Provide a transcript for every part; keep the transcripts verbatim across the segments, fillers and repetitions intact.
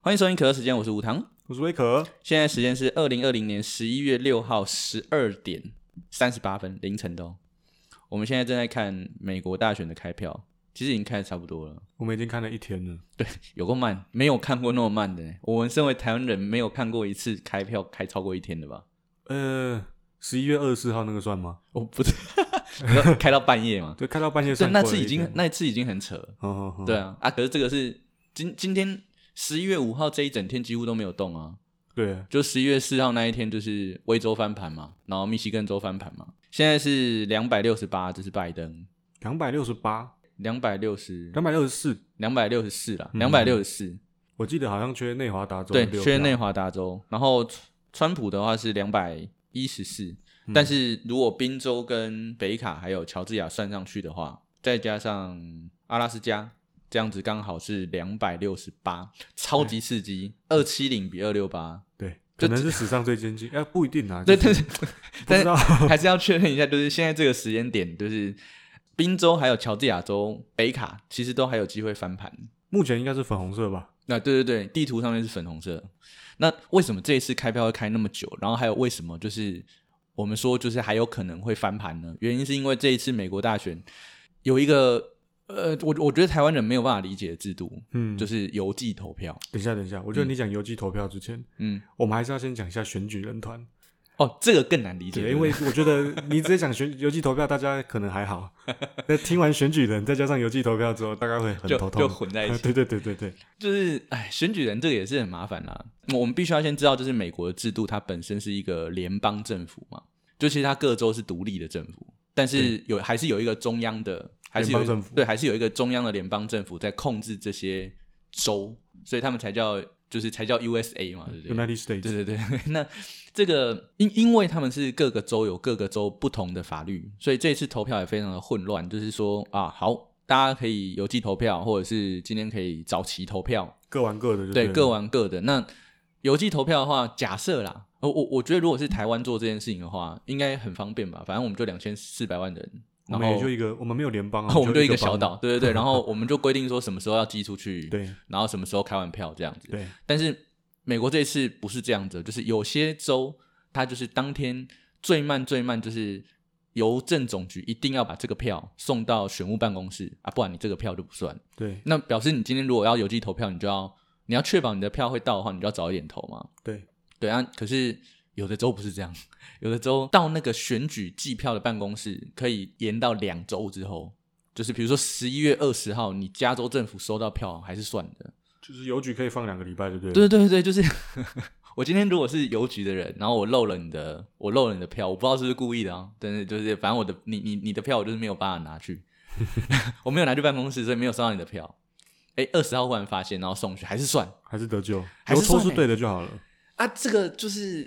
欢迎收听可乐时间，我是吴糖， 我是威可。 现在时间是二零二零年十一月六号十二点三十八分凌晨的哦。我们现在正在看美国大选的开票，其实已经看得差不多了。 我们已经看了一天了。 对，有够慢，没有看过那么慢的。我们身为台湾人，没有看过一次开票开超过一天的吧？ 呃，十一月二十四号那个算吗？ 我不是，你说开到半夜嘛？ 对，开到半夜对， 算。 那次已经那一次已经很扯了。 哦哦哦对啊，啊，可是这个是今今天十一月五号这一整天几乎都没有动啊。 对， 就十一月四号那一天就是威州翻盘嘛，然后密西根州翻盘嘛。现在是两百六十八，这是拜登。 两百六十八， 两百六十， 两百六十四， 两百六十四啦，两百六十四。 我记得好像缺内华达州， 对，缺内华达州。然后川普的话是两百一十四，但是如果宾州跟北卡还有乔治亚算上去的话，再加上阿拉斯加，这样子刚好是两百六十八，超级刺激，二百七十比二百六十八。 对，可能是史上最接近，哎、呃，不一定啊。 对，但是不知道， 还是要确认一下，就是现在这个时间点，就是宾州还有乔治亚州、北卡，其实都还有机会翻盘。 目前应该是粉红色吧？ 那、啊、对对对，地图上面是粉红色。那为什么这一次开票会开那么久？然后还有为什么就是我们说就是还有可能会翻盘呢？原因是因为这一次美国大选有一个呃，我我觉得台湾人没有办法理解的制度，嗯，就是邮寄投票。 等一下，等一下，我觉得你讲邮寄投票之前，嗯，我们还是要先讲一下选举人团。 哦，这个更难理解， 因为我觉得你直接讲选邮寄投票，大家可能还好。那听完选举人，再加上邮寄投票之后，大概会很头痛， 就, 就混在一起。 对对对对对， 就是哎，选举人这个也是很麻烦啦。我们必须要先知道，就是美国的制度，它本身是一个联邦政府嘛，就其实它各州是独立的政府，但是有还是有一个中央的，还是有联邦政府， 对，还是有一个中央的联邦政府在控制这些州，所以他们才叫。就是才叫 U S A 嘛，对不对 ？United States。 对对对，那这个因因为他们是各个州有各个州不同的法律，所以这次投票也非常的混乱。就是说啊，好，大家可以邮寄投票，或者是今天可以早期投票， 各玩各的就对了。 对，各玩各的。那邮寄投票的话，假设啦，我我我觉得如果是台湾做这件事情的话，应该很方便吧？反正我们就两千四百万人。 我们也就一个，我们没有联邦啊， 我们就一个小岛，对对对。然后我们就规定说什么时候要寄出去， 对， 然后什么时候开完票这样子， 对。 但是美国这一次不是这样子，就是有些州它就是当天最慢最慢，就是邮政总局一定要把这个票送到选务办公室啊，不然你这个票就不算。 对， 那表示你今天如果要邮寄投票，你就要你要确保你的票会到的话，你就要早一点投嘛。 对对啊，可是有的州不是这样，有的州到那个选举计票的办公室可以延到两周之后，就是比如说十一月二十号，你加州政府收到票还是算的， 就是邮局可以放两个礼拜，对不对？ 对对对对，就是我今天如果是邮局的人，然后我漏了你的，我漏了你的票，我不知道是不是故意的啊，但是就是反正我的你你你的票我就是没有办法拿去，我没有拿去办公室，所以没有收到你的票。哎，二十号忽然发现，然后送去，还是算， 还是得救， 还是抽是对的就好了啊。这个就是。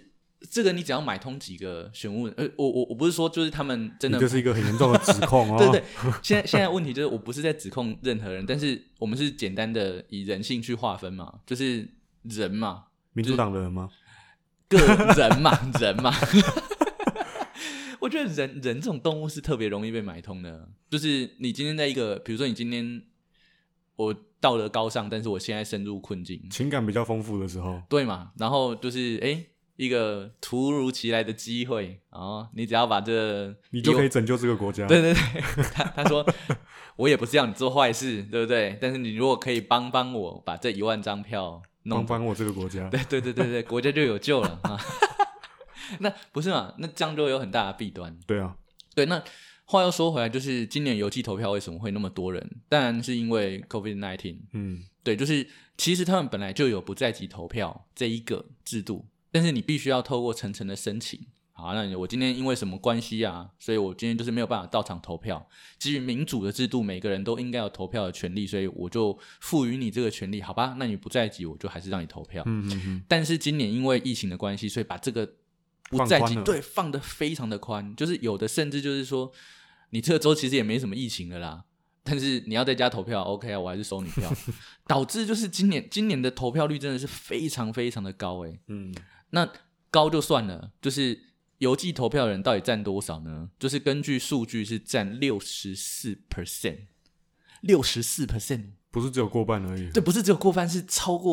这个你只要买通几个选务，呃，我我我不是说就是他们真的， 这是一个很严重的指控哦。 对对，现在现在问题就是我不是在指控任何人，但是我们是简单的以人性去划分嘛，就是人嘛， 民主党的人吗？ 个人嘛，人嘛。我觉得人人这种动物是特别容易被买通的，就是你今天在一个，比如说你今天我道德高尚，但是我现在深入困境， 情感比较丰富的时候， 对嘛，然后就是哎。一个突如其来的机会，哦，你只要把这你就可以拯救这个国家。 对对对，他他说我也不是要你做坏事，对不对？但是你如果可以帮帮我把这一万张票弄帮帮我这个国家， 对对对对对，国家就有救了啊。那不是嘛？那这样就有很大的弊端。 对啊， 对。那话又说回来，就是今年邮寄投票为什么会那么多人？当然是因为 COVID 十九。嗯，对，就是其实他们本来就有不在籍投票这一个制度。但是你必须要透过层层的申请，好，那我今天因为什么关系啊，所以我今天就是没有办法到场投票。基于民主的制度，每个人都应该有投票的权利，所以我就赋予你这个权利，好吧？那你不在籍，我就还是让你投票。嗯嗯嗯。但是今年因为疫情的关系，所以把这个不在籍对放得非常的宽，就是有的甚至就是说，你这个州其实也没什么疫情了啦。但是你要在家投票 OK 啊，我还是收你票。导致就是今年今年的投票率真的是非常非常的高欸。嗯。那高就算了，就是邮寄投票的人到底占多少呢？就是根据数据是占 百分之六十四 百分之六十四不是只有过半而已。 对，不是只有过半，是超过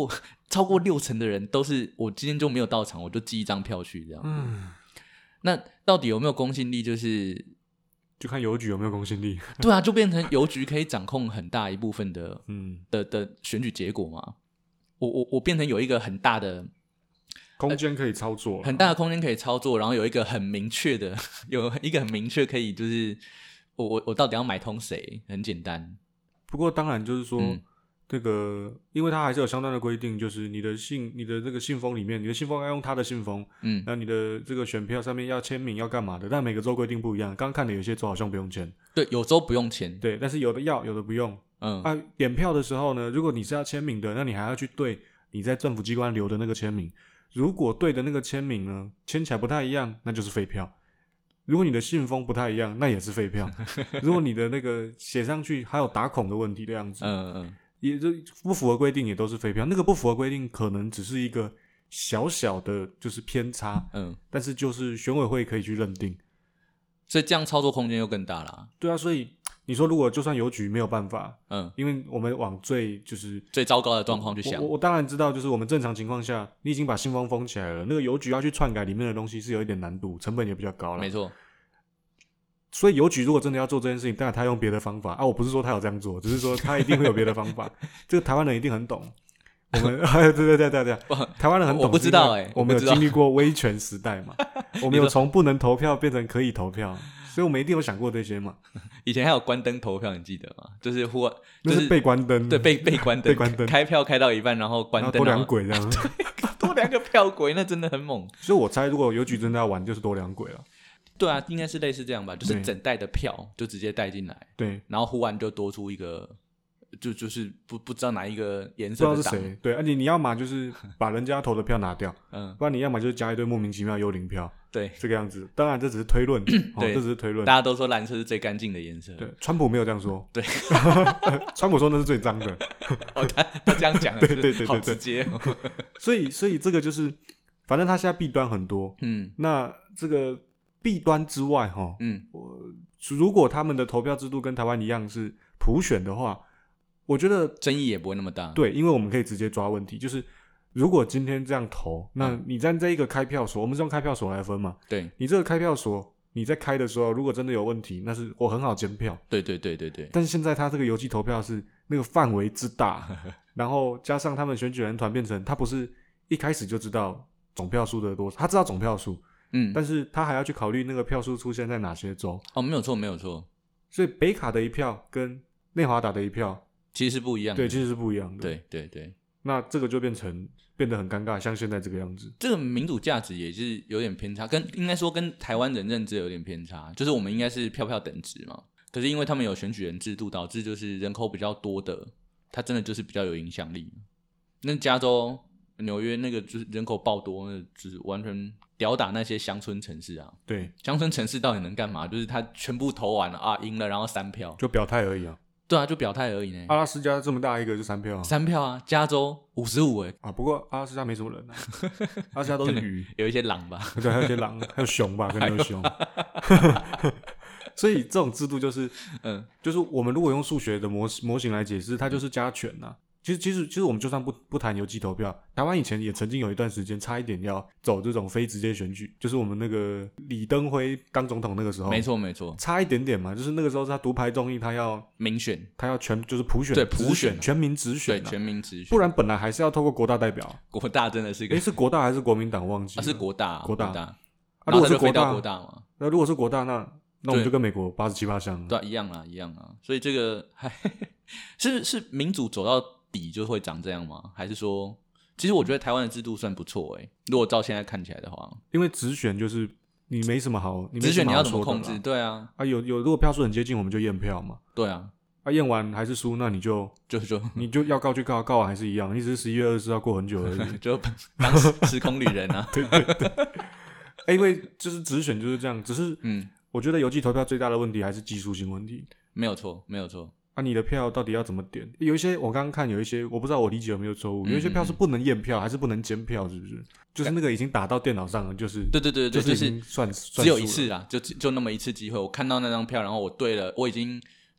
超过六成的人都是我今天就没有到场，我就寄一张票去这样。嗯，那到底有没有公信力？就是就看邮局有没有公信力。 对啊，就变成邮局可以掌控很大一部分的嗯的的选举结果嘛。我我我变成有一个很大的空间可以操作、呃， 很大的空间可以操作，然后有一个很明确的，有一个很明确可以就是我我我到底要买通谁，很简单。 不过当然就是说。嗯这个，因为它还是有相关的规定，就是你的信，你的这个信封里面，你的信封要用他的信封，嗯，那你的这个选票上面要签名，要干嘛的？但每个州规定不一样。刚刚看的有些州好像不用签， 对，有州不用签， 对，但是有的要，有的不用。嗯，啊，点票的时候呢，如果你是要签名的，那你还要去对你在政府机关留的那个签名，如果对的那个签名呢签起来不太一样，那就是废票。如果你的信封不太一样，那也是废票。如果你的那个写上去还有打孔的问题的样子，嗯嗯。也就不符合规定，也都是废票。那个不符合规定，可能只是一个小小的，就是偏差，嗯，但是就是选委会可以去认定， 所以这样操作空间又更大了。 对啊，所以你说如果就算邮局没有办法，嗯，因为我们往最就是最糟糕的状况去想， 我 我, 我当然知道，就是我们正常情况下，你已经把信封封起来了，那个邮局要去篡改里面的东西是有一点难度，成本也比较高了。 没错。 所以邮局如果真的要做这件事情，当然他用别的方法啊，我不是说他有这样做，只是说他一定会有别的方法。这个台湾人一定很懂，我们对对对对对，台湾人很懂。 我不知道哎、欸， 我们有经历过威权时代嘛，我们有从不能投票变成可以投票，所以我们一定有想过这些嘛。 以前还有关灯投票，你记得吗？就是忽然、 就是、那是被关灯， 对，被被关灯， 被关灯， 开票开到一半，然后关灯， 多两轨这样， 多两个票轨，那真的很猛。 所以我猜，如果邮局真的要玩，就是多两轨了。 对啊，应该是类似这样吧，就是整袋的票就直接带进来， 对， 然后忽然就多出一个，就就是不不知道哪一个颜色的， 不知道是谁，对，而且你要嘛就是把人家投的票拿掉，嗯，不然你要嘛就是加一堆莫名其妙幽灵票， 对， 这个样子。当然这只是推论，对、哦，这只是推论。 大家都说蓝色是最干净的颜色， 对，川普没有这样说， 对， 川普说那是最脏的， 哦，他他这样讲， 对对对对， 好直接、哦。 所以所以这个就是，反正他现在弊端很多，嗯，那这个。弊端之外齁，嗯，如果他们的投票制度跟台湾一样是普选的话，我觉得争议也不会那么大。 对，因为我们可以直接抓问题，就是如果今天这样投，那你在这一个开票所，我们是用开票所来分嘛， 对， 你这个开票所你在开的时候，如果真的有问题，那是我很好监票。 对对对对对。 但是现在他这个邮寄投票是那个范围之大，然后加上他们选举人团变成他不是一开始就知道总票数的多少，他知道总票数。嗯，但是他还要去考虑那个票数出现在哪些州。 哦，没有错，没有错。 所以北卡的一票跟内华达的一票其实是不一样的。 对，其实是不一样的。 对对对。 那这个就变成变得很尴尬，像现在这个样子。 这个民主价值也是有点偏差，跟应该说跟台湾人认知有点偏差，就是我们应该是票票等值嘛。可是因为他们有选举人制度，导致就是人口比较多的，他真的就是比较有影响力。那加州、纽约那个就是人口爆多，那就是完全吊打那些乡村城市啊。 对， 乡村城市到底能干嘛？就是他全部投完了啊，赢了，然后三票， 就表态而已啊。 对啊，就表态而已呢。 阿拉斯加这么大一个就三票、啊， 三票啊。加州五十五哎啊，不过阿拉斯加没什么人啊，阿拉斯加都是鱼， 有一些狼吧， 对，还有一些狼，还有熊吧，跟那个熊。所以这种制度就是，嗯，就是我们如果用数学的模模型来解释，它就是加权呐、啊。其实，其实，其实我们就算不不谈邮寄投票，台湾以前也曾经有一段时间差一点要走这种非直接选举，就是我们那个李登辉当总统那个时候， 没错没错， 差一点点嘛，就是那个时候他独排众议，他要民选， 他要全就是普选， 对普选， 全民直选、 啊，对全民直选， 不然本来还是要透过国大代表， 国大真的是个， 诶，是国大还是国民党忘记了？ 啊、是国大、啊， 国大， 国大啊，如果是国大， 国大嘛， 那如果是国大，那那我们就跟美国八十七趴像， 对、啊，一样啊，一样啊，所以这个还是是民主走到底就会长这样吗？还是说，其实我觉得台湾的制度算不错诶、欸。如果照现在看起来的话， 因为直选就是你没什么好，你没直选你要怎么么控制？对啊， 啊有有，如果票数很接近，我们就验票嘛。 对啊， 啊验完还是输，那你就就就你就要告去告，告完还是一样，你只是十一月二十四号过很久而已， 就当时空旅人啊。 对对对，欸、因为就是直选就是这样，只是嗯，我觉得邮寄投票最大的问题还是技术性问题。 没有错，没有错。 啊，你的票到底要怎么点？有一些我刚刚看有一些，我不知道我理解有没有错误，有一些票是不能验票，还是不能监票，是不是？就是那个已经打到电脑上了，就是对对对对， 就是已经算只有一次啦，就就那么一次机会。我看到那张票，然后我对了，我已经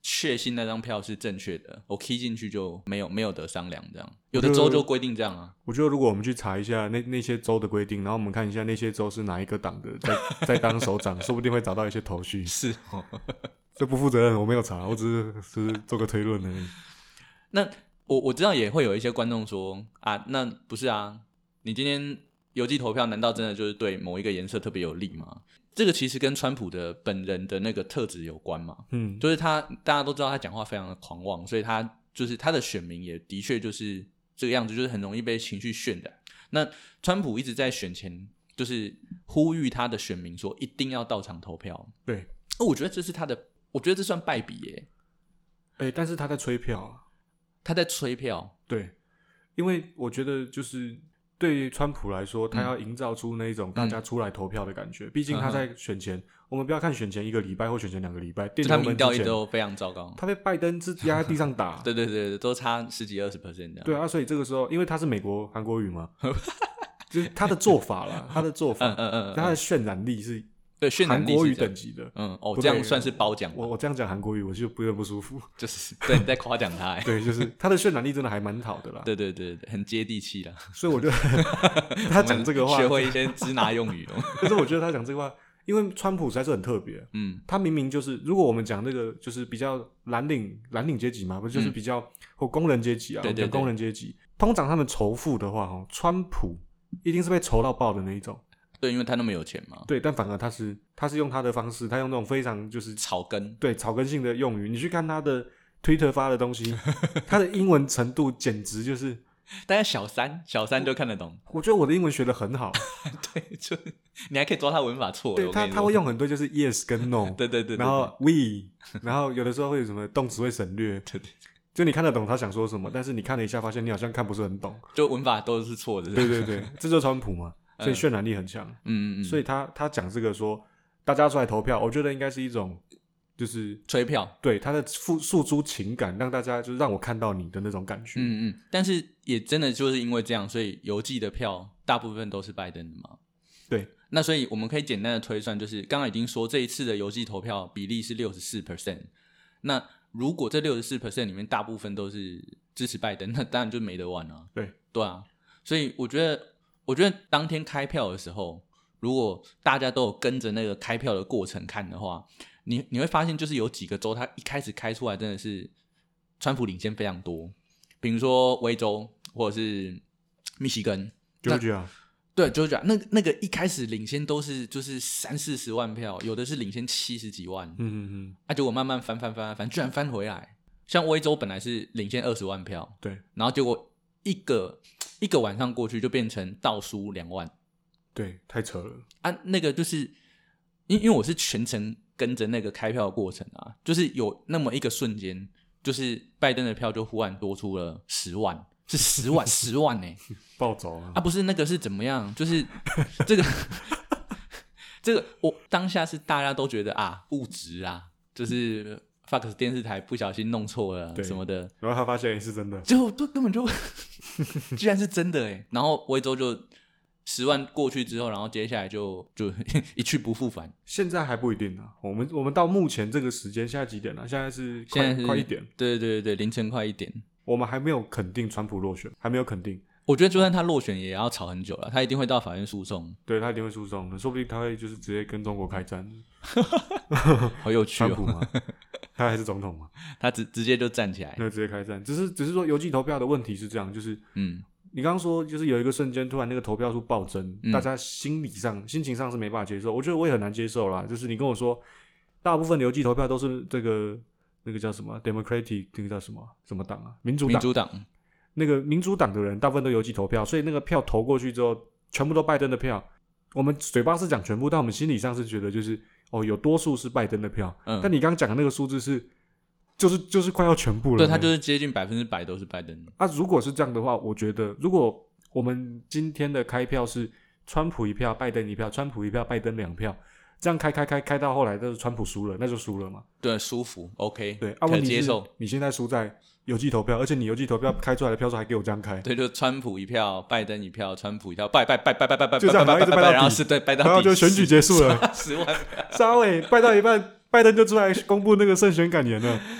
确信那张票是正确的，我 key 进去就没有没有得商量这样。有的州就规定这样啊。 我觉得如果我们去查一下那那些州的规定，然后我们看一下那些州是哪一个党的在在当首长，说不定会找到一些头绪。 是哦， 这不负责任，我没有查，我只是只是做个推论而已。 那我我知道也会有一些观众说啊，那不是啊，你今天邮寄投票难道真的就是对某一个颜色特别有利吗？这个其实跟川普的本人的那个特质有关嘛，嗯，就是他大家都知道他讲话非常的狂妄，所以他就是他的选民也的确就是这个样子，就是很容易被情绪渲染。那川普一直在选前就是呼吁他的选民说一定要到场投票， 对， 哦，我觉得这是他的，我觉得这算败笔耶。 欸，但是他在催票啊， 他在催票， 对，因为我觉得就是对于川普来说，他要营造出那一种大家出来投票的感觉。毕、嗯、竟他在选前、嗯，我们不要看选前一个礼拜或选前两个礼拜， 就他民调一直都非常糟糕， 他被拜登是压在地上打， 对对对，都差十几二十 percent 这样。 对啊，所以这个时候，因为他是美国韩国语嘛，就是他的做法啦，他的做法，嗯嗯嗯，他的渲染力是。 对，渲染力韩国语等级的， 嗯，哦，这样算是褒奖。 我我这样讲韩国语，我就不会不舒服。 就是对你在夸奖他， 对，就是他的渲染力真的还蛮好的啦。 对对对对，很接地气啦。 所以我就他讲这个话， 学会一些支拿用语哦。 可是我觉得他讲这个话，因为川普实在是很特别，嗯，他明明就是，如果我们讲那个就是比较蓝领蓝领阶级嘛，不就是比较、嗯、或工人阶级啊？对对对，工人阶级，通常他们仇富的话，哈，川普一定是被仇到爆的那一种。 对，因为他那么有钱嘛。 对，但反而他是他是用他的方式，他用那种非常就是草根， 对草根性的用语。你去看他的 Twitter 发的东西，他的英文程度简直就是大概小三小三就看得懂。 我, 我觉得我的英文学得很好。 对，就你还可以抓他文法错。 对，他他会用很多就是 yes 跟 no， 对, 对, 对对对， 然后 we， 然后有的时候会有什么动词会省略。对对。就你看得懂他想说什么，但是你看了一下，发现你好像看不是很懂， 就文法都是错的。 对对对，这就是川普嘛。所以渲染力很强，嗯嗯嗯，所以他他讲这个说大家出来投票，我觉得应该是一种就是催票， 对他的诉诉诸情感，让大家就是让我看到你的那种感觉， 嗯嗯。但是也真的就是因为这样，所以邮寄的票大部分都是拜登的嘛。 对， 那所以我们可以简单的推算，就是刚刚已经说这一次的邮寄投票比例是 百分之六十四， 那如果这 百分之六十四 里面大部分都是支持拜登，那当然就没得玩啊。 对对啊，所以我觉得。我觉得当天开票的时候，如果大家都有跟着那个开票的过程看的话，你你会发现，就是有几个州，它一开始开出来真的是川普领先非常多，比如说威州或者是密西根、 Georgia， 对 Georgia， 那那个一开始领先都是就是三四十万票，有的是领先七十几万，嗯嗯嗯，啊，结果慢慢翻翻翻翻，居然翻回来。像威州本来是领先二十万票， 对， 然后结果一个。一个晚上过去就变成倒输两万， 对，太扯了啊！那个就是因因为我是全程跟着那个开票的过程啊，就是有那么一个瞬间，就是拜登的票就忽然多出了十万，是十万十万呢、欸， 暴走啊！ 啊，不是那个是怎么样？就是这个这个我当下是大家都觉得啊误植啊，就是。Fox 电视台不小心弄错了什么的， 然后他发现是真的， 结果都根本就居然是真的耶。然后威州就十万过去之后，然后接下来就就一去不复返。 现在还不一定啊，我们我们到目前这个时间，现在几点了？现在是快现在是快一点， 对对对对，凌晨快一点。 我们还没有肯定川普落选，还没有肯定。 我觉得就算他落选也要吵很久了，他一定会到法院诉讼。 对，他一定会诉讼的，说不定他会就是直接跟中国开战。 好有趣哦！ 川普吗？他还是总统嘛？ 他直直接就站起来， 那直接开战。只是只是说邮寄投票的问题是这样，就是嗯，你刚刚说就是有一个瞬间突然那个投票数暴增、嗯，大家心理上心情上是没办法接受。我觉得我也很难接受啦。就是你跟我说，大部分的邮寄投票都是这个那个叫什么 Democratic 那个叫什么什么党啊？民主党。 民主党。 那个民主党的人大部分都邮寄投票，所以那个票投过去之后，全部都拜登的票。我们嘴巴是讲全部，但我们心理上是觉得就是哦，有多数是拜登的票。嗯，但你刚刚讲的那个数字是，就是就是快要全部了。 对，它就是接近百分之百都是拜登。 啊，如果是这样的话，我觉得如果我们今天的开票是川普一票，拜登一票，川普一票，拜登两票，这样开开开开到后来，就是川普输了，那就输了嘛。 对，舒服 ，OK， 对，啊， 可接受。 你现在输在邮寄投票，而且你邮寄投票开出来的票数还给我这样开， 对，就川普一票，拜登一票，川普一票，拜拜拜拜拜拜拜， 就这样，然后一直拜到底， 然后是对拜到底， 然后就选举结束了， 十万票， 稍微拜到一半，拜登就出来公布那个胜选感言了。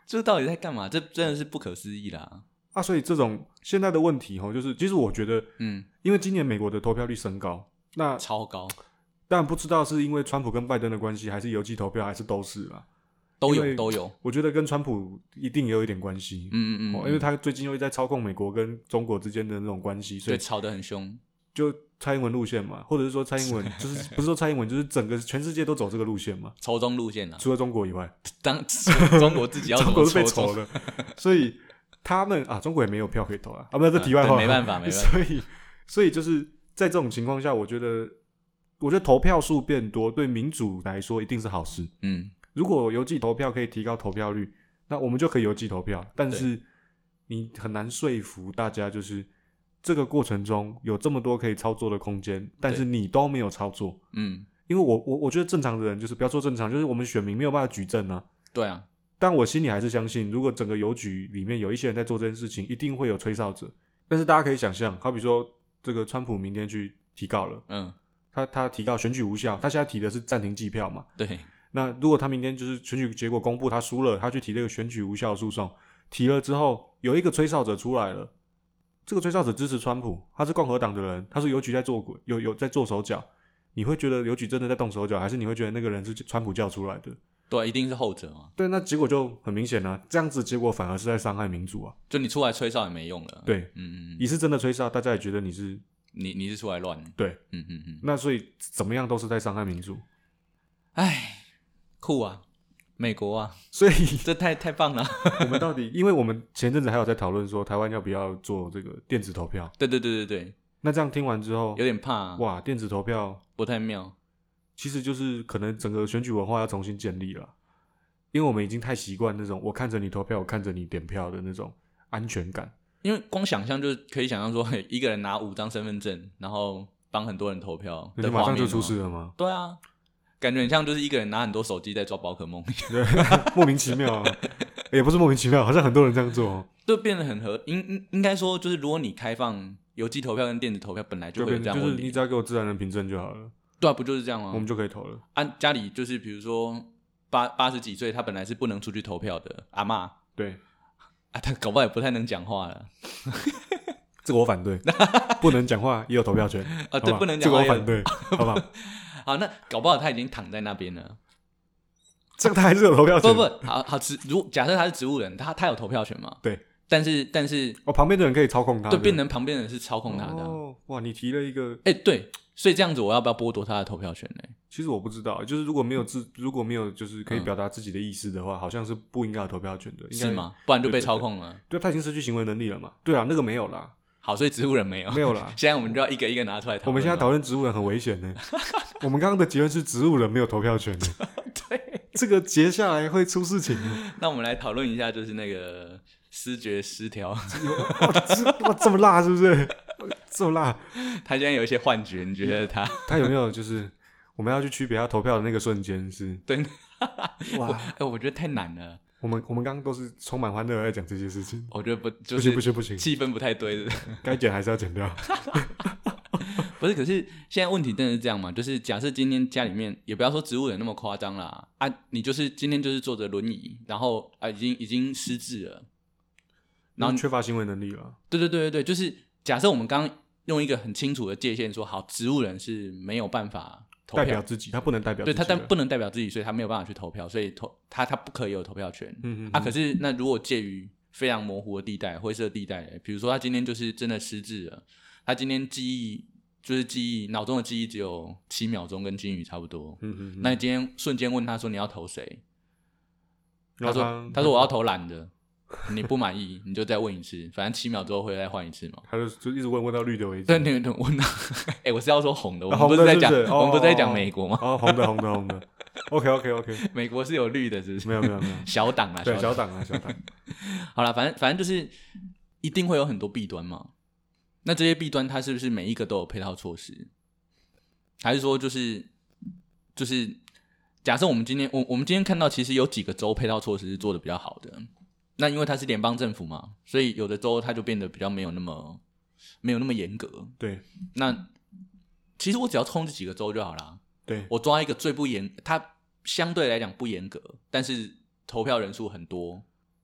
这到底在干嘛？这真的是不可思议啦！ 啊，所以这种现在的问题吼，就是其实我觉得，嗯，因为今年美国的投票率升高，那超高， 但不知道是因为川普跟拜登的关系，还是邮寄投票，还是都是啦， 都有都有。 我觉得跟川普一定也有一点关系，嗯嗯嗯、哦，因为他最近又在操控美国跟中国之间的那种关系，所以对吵得很凶。 就蔡英文路线嘛，或者是说蔡英文就是不是说蔡英文，就是整个全世界都走这个路线嘛， 仇中路线啊， 除了中国以外， 当中国自己要怎么中国是被仇的，所以他们啊，中国也没有票可以投啊，啊，不是这题外话， 没办法，没办法，所以所以就是在这种情况下，我觉得我觉得投票数变多，对民主来说一定是好事，嗯，如果邮寄投票可以提高投票率，那我们就可以邮寄投票，但是你很难说服大家，就是这个过程中有这么多可以操作的空间，但是你都没有操作，嗯，因为我我我觉得正常的人就是不要说正常，就是我们选民没有办法举证啊， 对啊， 但我心里还是相信，如果整个邮局里面有一些人在做这件事情，一定会有吹哨者。但是大家可以想象，好比说这个川普明天去提告了，嗯，他他提告选举无效，他现在提的是暂停计票嘛， 对。 那如果他明天就是选举结果公布他输了，他去提这个选举无效诉讼，提了之后有一个吹哨者出来了。这个吹哨者支持川普，他是共和党的人，他是邮局在做有有在做手脚，你会觉得邮局真的在动手脚，还是你会觉得那个人是川普叫出来的？ 对，一定是后者嘛。 对，那结果就很明显啊，这样子结果反而是在伤害民主啊。 就你出来吹哨也没用了。 对，嗯嗯，你是真的吹哨，大家也觉得你是你你是出来乱。 对，嗯嗯嗯，那所以怎么样都是在伤害民主。 哎，酷啊！美国啊， 所以这太太棒了。 我们到底，因为我们前阵子还有在讨论说，台湾要不要做这个电子投票？ 对对对对对。 那这样听完之后， 有点怕、啊。 哇，电子投票不太妙。 其实就是可能整个选举文化要重新建立了，因为我们已经太习惯那种我看着你投票，我看着你点票的那种安全感。 因为光想象就可以想象说，一个人拿五张身份证，然后帮很多人投票， 你马上就出事了吗？ 对啊。感觉很像就是一个人拿很多手机在抓宝可梦， 对，莫名其妙、啊，也不是莫名其妙，好像很多人这样做、哦， 就变得很合。应应该说，就是如果你开放邮寄投票跟电子投票，本来就会有这样问题， 就是你只要给我自然人凭证就好了。 对啊，不就是这样吗？ 我们就可以投了。 啊，家里就是比如说八八十几岁，他本来是不能出去投票的阿嬷， 对， 啊，他搞不好也不太能讲话了。 这个我反对，不能讲话也有投票权啊，对，不能讲话这个我反对，好不好？ 好，那搞不好他已经躺在那边了， 这个他还是有投票权。 不不，好好，如假设他是植物人，他他有投票权嘛？ 对， 但是但是， 哦，旁边的人可以操控他， 对，变成旁边的人是操控他的。 哦，哇，你提了一个， 哎、欸，对，所以这样子我要不要剥夺他的投票权呢？ 其实我不知道，就是如果没有自，如果没有就是可以表达自己的意思的话，嗯、好像是不应该有投票权的，应该是吗？不然就被操控了。 对，对，对，他已经失去行为能力了嘛？对啊，那个没有啦。 好，所以植物人没有， 没有啦。 现在我们就要一个一个拿出来讨论。 我们现在讨论植物人很危险呢。我们刚刚的结论是植物人没有投票权呢。 对， 这个接下来会出事情。 那我们来讨论一下，就是那个思觉失调。 哇，这么辣是不是？这么辣。 他现在有一些幻觉，你觉得他？ 他有没有就是我们要去区别他投票的那个瞬间是？ 对。 哇， 哎、欸，我觉得太难了。 我们我们刚刚都是充满欢乐在讲这些事情， 我觉得不，就是不行不行不行， 气氛不太对的， 该剪还是要剪掉。 不是，可是现在问题真的是这样嘛？就是假设今天家里面，也不要说植物人那么夸张啦，啊，你就是今天就是坐着轮椅，然后啊已经已经失智了， 然后缺乏行为能力了。 对对对对对，就是假设我们刚刚用一个很清楚的界限说，好，植物人是没有办法。 代表自己，他不能代表自己， 对他但不能代表自己，所以他没有办法去投票，所以投他他不可以有投票权。嗯嗯啊，可是那如果介于非常模糊的地带、灰色地带，比如说他今天就是真的失智了，他今天记忆就是记忆脑中的记忆只有七秒钟，跟金鱼差不多。嗯嗯那你今天瞬间问他说你要投谁？他说他, 他说我要投蓝的。你不满意，你就再问一次，反正七秒之后会再换一次嘛。 他就就一直问问到绿的为止。 对对对，问到，哎、欸，我是要说红的，我们不是在讲，我们不是在讲美国吗？ 哦，红的红的红的。OK OK OK， 美国是有绿的，是不是？ 没有没有没有， 小党啊， 对小党啊小党。 好啦，反正反正就是一定会有很多弊端嘛。那这些弊端，它是不是每一个都有配套措施？还是说就是就是假设我们今天我我们今天看到，其实有几个州配套措施是做的比较好的。那因为它是联邦政府嘛，所以有的州它就变得比较没有那么没有那么严格。 对， 那其实我只要冲这几个州就好啦。 对， 我抓一个最不严，它相对来讲不严格，但是投票人数很多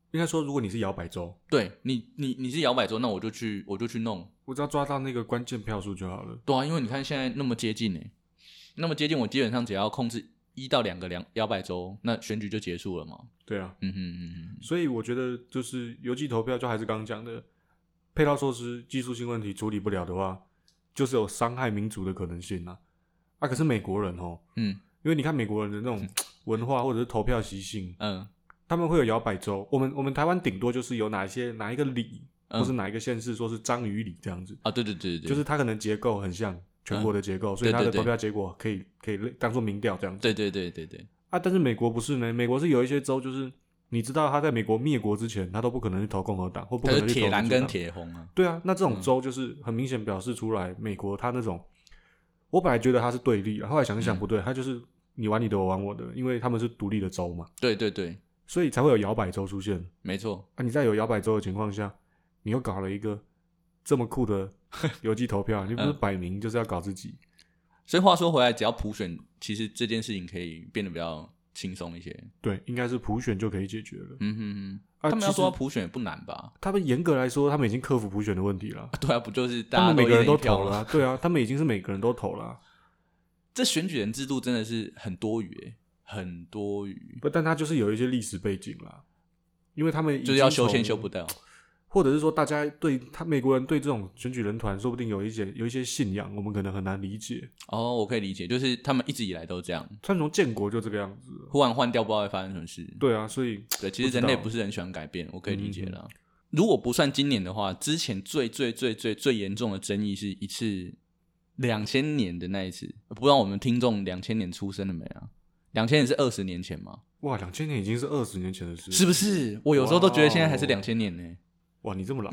应该说，如果你是摇摆州， 对你，你你是摇摆州，那我就去，我就去弄， 我只要抓到那个关键票数就好了。 对啊，因为你看现在那么接近呢，那么接近，我基本上只要控制一到两个两摇摆州，那选举就结束了嘛。 对啊， 嗯哼嗯哼， 所以我觉得就是邮寄投票，就还是刚刚讲的配套措施、技术性问题处理不了的话，就是有伤害民主的可能性啊。啊，可是美国人哦，嗯，因为你看美国人的那种文化或者是投票习性，嗯，他们会有摇摆州，我们我们台湾顶多就是有哪一些哪一个里，嗯、或是哪一个县市说是章鱼里这样子啊，对对对对， 就是它可能结构很像全国的结构，嗯、所以它的投票结果可以可以当做民调这样子。 对对对对对。 啊，但是美国不是呢，美国是有一些州就是你知道他在美国灭国之前，他都不可能去投共和党或不可能去投铁蓝跟铁红啊。 对啊，那这种州就是很明显表示出来，美国他那种，我本来觉得他是对立，后来想一想不对，他、嗯、就是你玩你的，我玩我的，因为他们是独立的州嘛。 对对对， 所以才会有摇摆州出现。 没错。 啊，你在有摇摆州的情况下，你又搞了一个这么酷的邮寄投票，你不是摆明就是要搞自己。嗯、 所以话说回来，只要普选，其实这件事情可以变得比较轻松一些。 对，应该是普选就可以解决了。 嗯哼哼。啊、他们要说普选也不难吧？ 他们严格来说，他们已经克服普选的问题了。 啊对啊，不就是大家他们每个人都投了、啊？对啊，他们已经是每个人都投了、啊。 这选举人制度真的是很多余、欸，很多余。 不，但他就是有一些历史背景啦，因为他们就是要修宪修不到， 或者是说大家对他美国人对这种选举人团，说不定有一些有一些信仰，我们可能很难理解。 哦，我可以理解，就是他们一直以来都这样， 他从建国就这个样子， 忽然换掉，不知道会发生什么事。 对啊，所以对，其实人类不是很喜欢改变，我可以理解了、嗯。如果不算今年的话，之前最最最最最严重的争议是一次两千年的那一次，不知道我们听众两千年出生了没啊？两千年是二十年前吗？ 哇，两千年已经是二十年前的事， 是不是？我有时候都觉得现在还是两千年呢、欸。 哇，你这么老，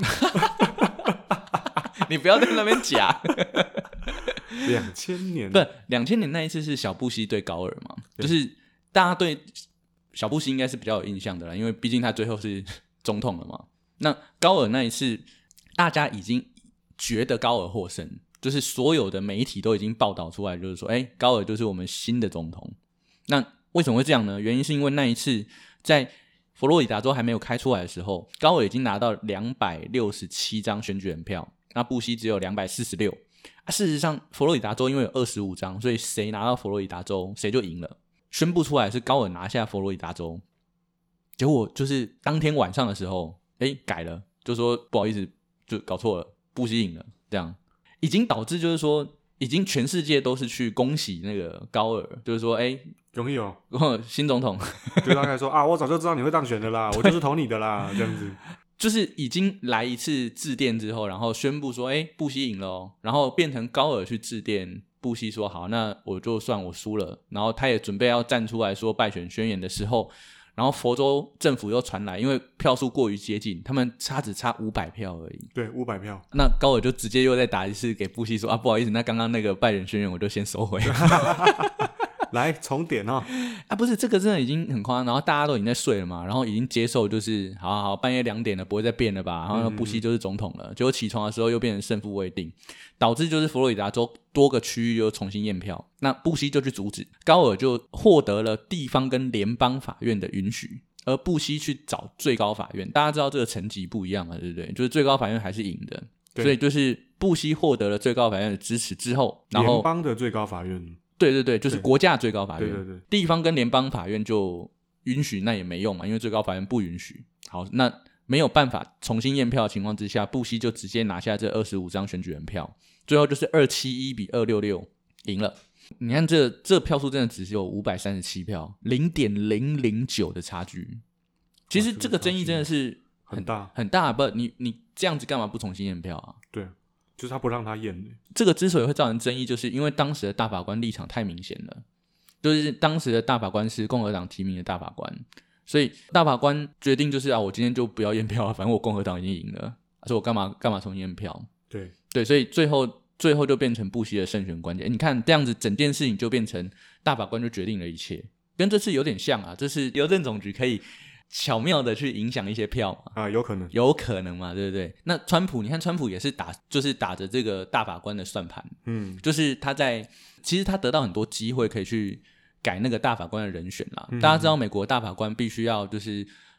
你不要在那边假。 两千年不是两千年那一次是小布希对高尔嘛？就是大家对小布希应该是比较有印象的啦，因为毕竟他最后是总统了嘛。那高尔那一次，大家已经觉得高尔获胜，就是所有的媒体都已经报道出来，就是说，哎、欸，高尔就是我们新的总统。那为什么会这样呢？原因是因为那一次在佛罗里达州还没有开出来的时候，高尔已经拿到两百六十七张选举人票，那布希只有两百四十六。事实上，佛罗里达州因为有二十五张，所以谁拿到佛罗里达州，谁就赢了。宣布出来是高尔拿下佛罗里达州，结果就是当天晚上的时候，哎，改了，就说不好意思，就搞错了，布希赢了，这样已经导致就是说，已经全世界都是去恭喜那个高尔，就是说，哎， 容易哦， 新总统， 就大概说啊，我早就知道你会当选的啦，我就是投你的啦，这样子。 就是已经来一次致电之后，然后宣布说，哎，布希赢了哦，然后变成高尔去致电布希说，好，那我就算我输了，然后他也准备要站出来说败选宣言的时候，然后佛州政府又传来，因为票数过于接近，他们差只差五百票而已。 对，五百票。那高尔就直接又再打一次给布希说，啊，不好意思，那刚刚那个败选宣言我就先收回。 来重点哦， 啊，不是这个真的已经很夸张，然后大家都已经在睡了嘛，然后已经接受就是好好好，半夜两点了，不会再变了吧？然后布希就是总统了，嗯、结果起床的时候又变成胜负未定，导致就是佛罗里达州多个区域又重新验票，那布希就去阻止，高尔就获得了地方跟联邦法院的允许，而布希去找最高法院，大家知道这个层级不一样嘛，对不对？就是最高法院还是赢的，所以就是布希获得了最高法院的支持之后，然后联邦的最高法院。 对对对，就是国家最高法院， 对对对， 地方跟联邦法院就允许，那也没用嘛，因为最高法院不允许。好，那没有办法重新验票的情况之下，布希就直接拿下这二十五张选举人票，最后就是二七一比二六六赢了。你看这这票数真的只有五百三十七票，零点零零九的差距。其实这个争议真的是 很, 很大很大，不，你你这样子干嘛不重新验票啊？ 对。就是他不让他验的， 这个之所以会造成争议，就是因为当时的大法官立场太明显了，就是当时的大法官是共和党提名的大法官，所以大法官决定就是啊，我今天就不要验票了，反正我共和党已经赢了，所以我干嘛干嘛重新验票？ 对对，所以最后最后就变成布希的胜选关键。你看这样子，整件事情就变成大法官就决定了一切，跟这次有点像啊，这是邮政总局可以巧妙的去影响一些票嘛？ 啊，有可能， 有可能嘛，对不对？那川普，你看川普也是打，就是打着这个大法官的算盘，嗯，就是他在，其实他得到很多机会可以去改那个大法官的人选啦。嗯、大家知道，美国大法官必须要就是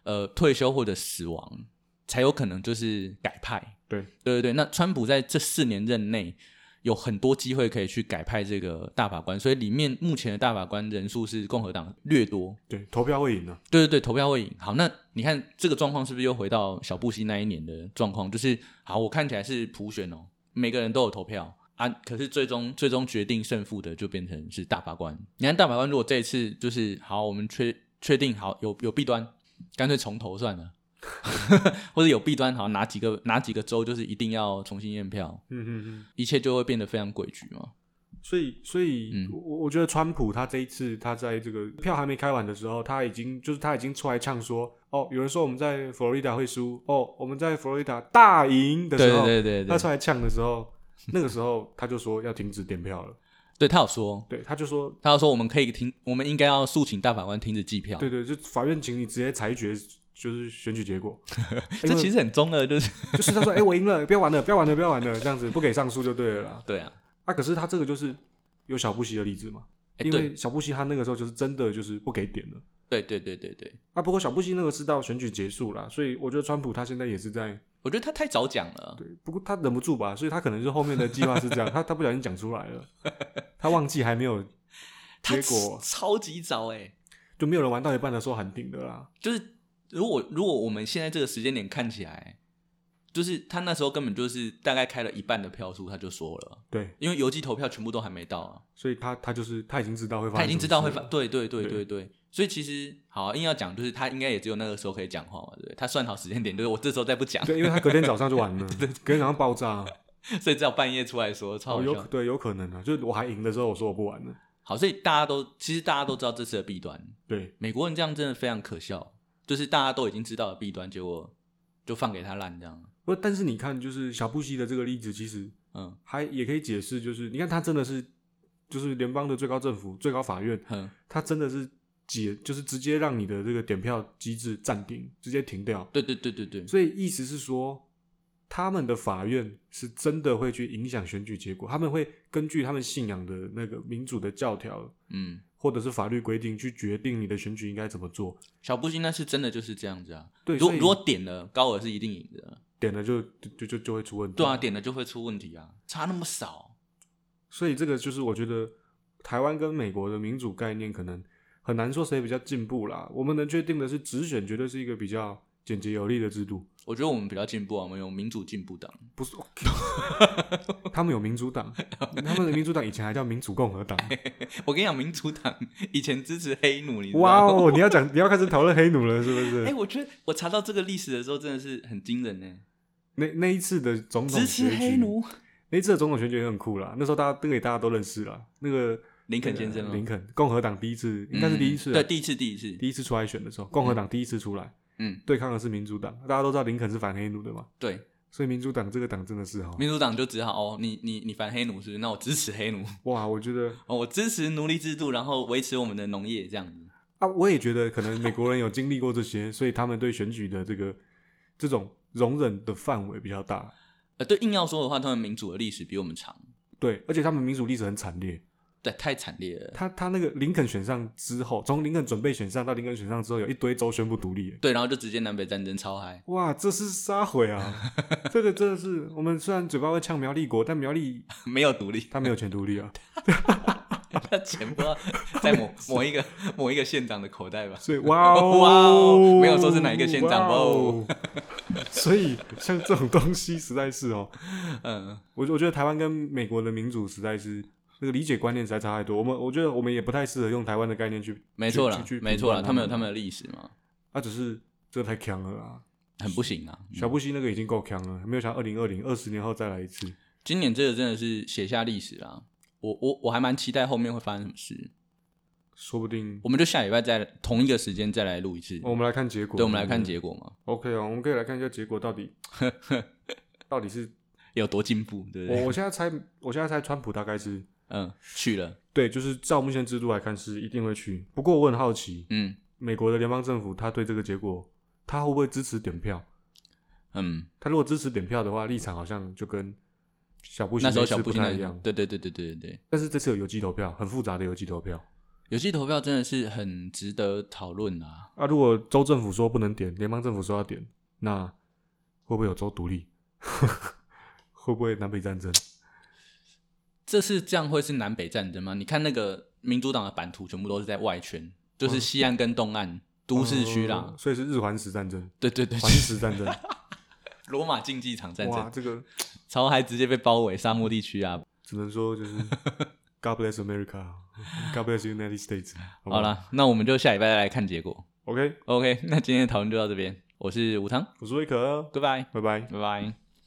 呃退休或者死亡，才有可能就是改派。 对对对对，那川普在这四年任内有很多机会可以去改派这个大法官，所以里面目前的大法官人数是共和党略多。 对，投票会赢啊。 对对对，投票会赢。好，那你看这个状况是不是又回到小布希那一年的状况？就是好，我看起来是普选哦，每个人都有投票啊，可是最终最终决定胜负的就变成是大法官。你看大法官如果这一次就是好，我们确确定好有有弊端，干脆重投算了。或者有弊端，好哪几个哪几个州就是一定要重新验票，嗯嗯嗯，一切就会变得非常诡谲嘛。 所以，所以，嗯、我我觉得川普他这一次他在这个票还没开完的时候，他已经就是他已经出来呛说，哦，有人说我们在佛罗里达会输，哦，我们在佛罗里达大赢的时候， 对对对对， 他出来呛的时候，那个时候他就说要停止点票了。 对他有说， 对他就说， 他有说我们可以停，我们应该要诉请大法官停止计票。 对对，就法院请你直接裁决。就是选举结果， 这其实很中二，就是就是他说，哎、欸，我赢了，不要玩了，不要玩了，不要玩了，这样子不给上诉就对了啦。 对啊， 啊，可是他这个就是有小布希的例子嘛，欸、因为小布希他那个时候就是真的就是不给点了。 对对对对对。 啊，不过小布希那个是到选举结束啦，所以我觉得川普他现在也是在， 我觉得他太早讲了。 对，不过他忍不住吧，所以他可能是后面的计划是这样，他他不小心讲出来了，他忘记还没有结果， 超级早哎、欸， 就没有人玩到一半的时候喊停的啦， 就是。如果如果我们现在这个时间点看起来，就是他那时候根本就是大概开了一半的票数，他就说了， 对， 因为邮寄投票全部都还没到啊， 所以他他就是他已经知道会发生， 他已经知道会发，对对对对 对, 对，所以其实好硬要讲，就是他应该也只有那个时候可以讲话嘛，对，他算好时间点，就是我这时候再不讲， 对，因为他隔天早上就完了，对，隔天早上爆炸， 所以只好半夜出来说，超好笑， 哦、有对有可能啊，就是我还赢的时候，我说我不玩了， 好，所以大家都其实大家都知道这次的弊端， 对， 美国人这样真的非常可笑。就是大家都已经知道的弊端，结果就放给他烂这样。 不，但是你看，就是小布希的这个例子，其实嗯，还也可以解释，就是你看他真的是，就是联邦的最高政府、最高法院，嗯，他真的是解，就是直接让你的这个点票机制暂停，直接停掉。 对对对对对。 所以意思是说，他们的法院是真的会去影响选举结果，他们会根据他们信仰的那个民主的教条，嗯。或者是法律规定去决定你的选举应该怎么做。 小布希那是真的就是这样子啊。 对， 如果如果点了高尔是一定赢的， 点了就就就就会出问题。 对啊，点了就会出问题啊，差那么少。 所以这个就是我觉得台湾跟美国的民主概念可能很难说谁比较进步啦。我们能确定的是，直选绝对是一个比较简洁有力的制度。 我觉得我们比较进步啊，我们有民主进步党， 不是？他们有民主党，他们的民主党以前还叫民主共和党。 我跟你讲，民主党以前支持黑奴，你知道吗？ 哇哦，你要讲，你要开始讨论黑奴了，是不是？ 哎、欸，我觉得我查到这个历史的时候，真的是很惊人呢。 那那一次的总统支持黑奴， 那一次的总统选举也很酷啦。那时候大家那个大家都认识啦，那个林肯先生、哦， 林肯，共和党第一次，应该是第一次、啊嗯，对，第一次，第一次， 第一次出来选的时候，共和党第一次出来。嗯，对抗的是民主党，大家都知道林肯是反黑奴的嘛， 对， 所以民主党这个党真的是哈， 民主党就只好哦，你你你反黑奴是不是？那我支持黑奴。 哇，我觉得哦，我支持奴隶制度，然后维持我们的农业这样子啊。我也觉得可能美国人有经历过这些，所以他们对选举的这个这种容忍的范围比较大。 呃，对，硬要说的话，他们民主的历史比我们长。 对，而且他们民主历史很惨烈。 对，太惨烈了。 他他那个林肯选上之后，从林肯准备选上到林肯选上之后，有一堆州宣布独立。 对，然后就直接南北战争超嗨。 哇，这是啥回啊？这个真的是，我们虽然嘴巴会呛苗栗国，但苗栗没有独立， 他没有钱独立啊。 他钱不知道在某某一个某一个县长的口袋吧？ 所以哇哦哇哦，没有说是哪一个县长哦。 所以像这种东西实在是哦，嗯，我我觉得台湾跟美国的民主实在是。那个理解观念实在差太多，我们我觉得我们也不太适合用台湾的概念去， 没错啦，没错啦，他们有他们的历史嘛， 啊，只是这个太强了啦， 很不行啊。 小布希那个已经够强了，没有想二零二零二十年后再来一次。 今年这个真的是写下历史啦，我我我还蛮期待后面会发生什么事， 说不定我们就下礼拜再同一个时间再来录一次， 我们来看结果， 对，我们来看结果嘛。 OK 哦，我们可以来看一下结果到底到底是有多进步，对不对？ 我我现在猜，我现在猜川普大概是。 嗯，去了。 对，就是照目前制度来看是一定会去。不过我很好奇，嗯，美国的联邦政府他对这个结果，他会不会支持点票？嗯，他如果支持点票的话，立场好像就跟小布希那时候小布希不太一样。 对对对对对对对。 但是这次有邮寄投票，很复杂的邮寄投票。 邮寄投票真的是很值得讨论啊！ 啊，如果州政府说不能点，联邦政府说要点，那会不会有州独立？会不会南北战争？ 这是这样会是南北战争吗？你看那个民主党的版图全部都是在外圈，就是西岸跟东岸、嗯、都市区啦、 呃，所以是日环食战争。 对对对， 环食战争， 罗马竞技场战争。 哇，这个超还直接被包围沙漠地区啊！ 只能说就是 God bless America, God bless United States 好。 好啦，那我们就下礼拜再来看结果。 OK OK， 那今天的讨论就到这边。我是吴汤， 我是威可， 拜拜， 拜拜， 拜拜。